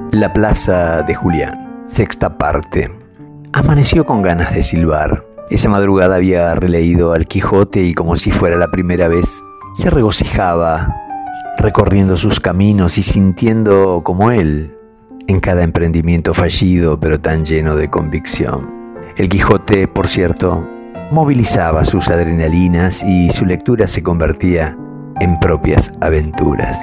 La plaza de Julián, sexta parte. Amaneció con ganas de silbar. Esa madrugada había releído al Quijote y, como si fuera la primera vez, se regocijaba recorriendo sus caminos y sintiendo como él en cada emprendimiento fallido pero tan lleno de convicción. El Quijote, por cierto, movilizaba sus adrenalinas y su lectura se convertía en propias aventuras.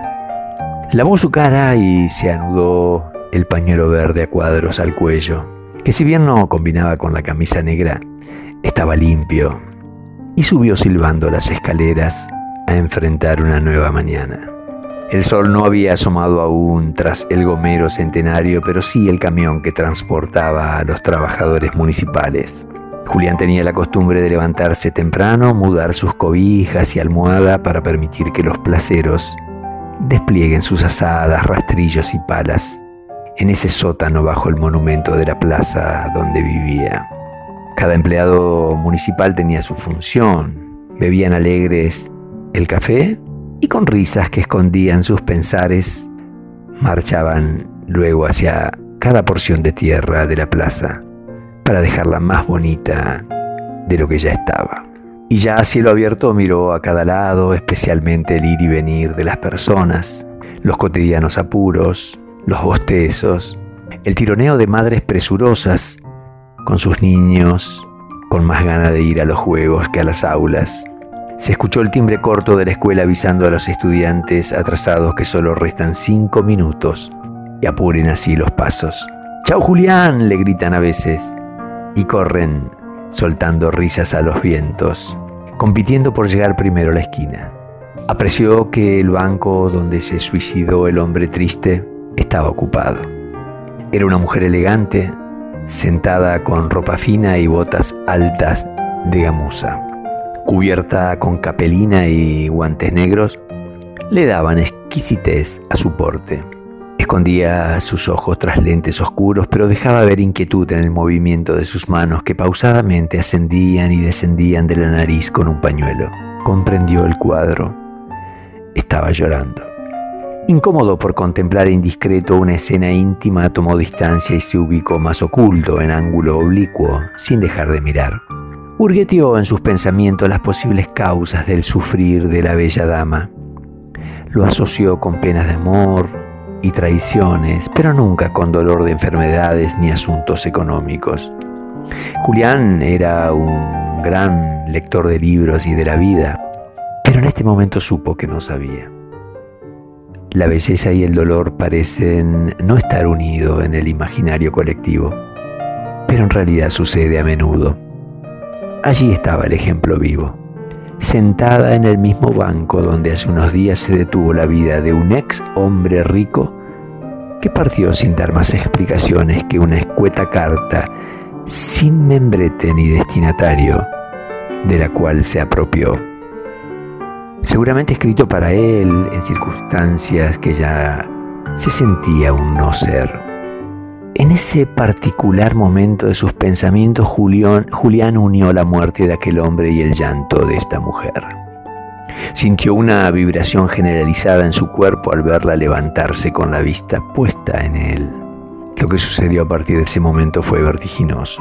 Lavó su cara y se anudó el pañuelo verde a cuadros al cuello, que si bien no combinaba con la camisa negra, estaba limpio, y subió silbando las escaleras a enfrentar una nueva mañana. El sol no había asomado aún tras el gomero centenario, pero sí el camión que transportaba a los trabajadores municipales. Julián tenía la costumbre de levantarse temprano, mudar sus cobijas y almohada para permitir que los placeros desplieguen sus azadas, rastrillos y palas en ese sótano bajo el monumento de la plaza donde vivía. Cada empleado municipal tenía su función. Bebían alegres el café y con risas que escondían sus pensares marchaban luego hacia cada porción de tierra de la plaza para dejarla más bonita de lo que ya estaba. Y ya a cielo abierto miró a cada lado, especialmente el ir y venir de las personas, los cotidianos apuros, los bostezos, el tironeo de madres presurosas con sus niños, con más ganas de ir a los juegos que a las aulas. Se escuchó el timbre corto de la escuela avisando a los estudiantes atrasados que solo restan 5 minutos y apuren así los pasos. ¡Chao, Julián!, le gritan a veces y corren soltando risas a los vientos, compitiendo por llegar primero a la esquina. Apreció que el banco donde se suicidó el hombre triste estaba ocupado. Era una mujer elegante, sentada con ropa fina y botas altas de gamuza. Cubierta con capelina y guantes negros, le daban exquisitez a su porte. Escondía sus ojos tras lentes oscuros, pero dejaba ver inquietud en el movimiento de sus manos que pausadamente ascendían y descendían de la nariz con un pañuelo. Comprendió el cuadro. Estaba llorando. Incómodo por contemplar indiscreto una escena íntima, tomó distancia y se ubicó más oculto, en ángulo oblicuo, sin dejar de mirar. Hurgueteó en sus pensamientos las posibles causas del sufrir de la bella dama. Lo asoció con penas de amor y traiciones, pero nunca con dolor de enfermedades ni asuntos económicos. Julián era un gran lector de libros y de la vida, pero en este momento supo que no sabía. La belleza y el dolor parecen no estar unidos en el imaginario colectivo, pero en realidad sucede a menudo. Allí estaba el ejemplo vivo, sentada en el mismo banco donde hace unos días se detuvo la vida de un ex hombre rico que partió sin dar más explicaciones que una escueta carta sin membrete ni destinatario, de la cual se apropió. Seguramente escrito para él en circunstancias que ya se sentía un no ser. En ese particular momento de sus pensamientos, Julián unió la muerte de aquel hombre y el llanto de esta mujer. Sintió una vibración generalizada en su cuerpo al verla levantarse con la vista puesta en él. Lo que sucedió a partir de ese momento fue vertiginoso.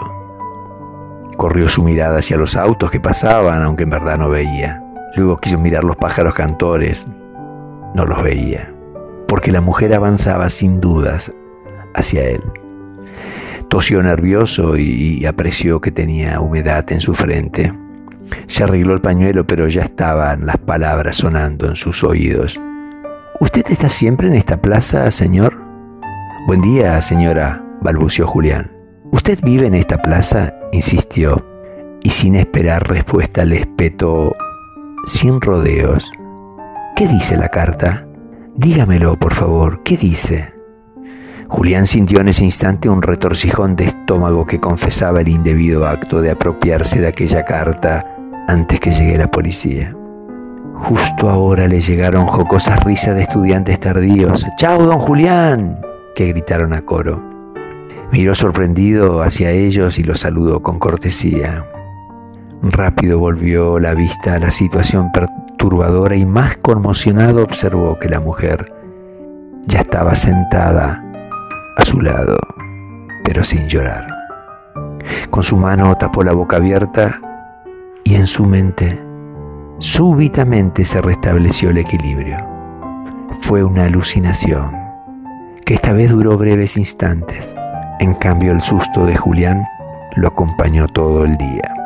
Corrió su mirada hacia los autos que pasaban, aunque en verdad no veía. Luego quiso mirar los pájaros cantores. No los veía, porque la mujer avanzaba sin dudas hacia él. Tosió nervioso y apreció que tenía humedad en su frente. Se arregló el pañuelo, pero ya estaban las palabras sonando en sus oídos. ¿Usted está siempre en esta plaza, señor? Buen día, señora, balbuceó Julián. ¿Usted vive en esta plaza?, insistió, y sin esperar respuesta le espetó sin rodeos. ¿Qué dice la carta? Dígamelo, por favor, ¿qué dice? Julián sintió en ese instante un retorcijón de estómago que confesaba el indebido acto de apropiarse de aquella carta antes que llegue la policía. Justo ahora le llegaron jocosas risas de estudiantes tardíos. ¡Chao, don Julián!, que gritaron a coro. Miró sorprendido hacia ellos y los saludó con cortesía. Rápido volvió la vista a la situación perturbadora y más conmocionado observó que la mujer ya estaba sentada a su lado, pero sin llorar. Con su mano tapó la boca abierta y en su mente súbitamente se restableció el equilibrio. Fue una alucinación que esta vez duró breves instantes. En cambio, el susto de Julián lo acompañó todo el día.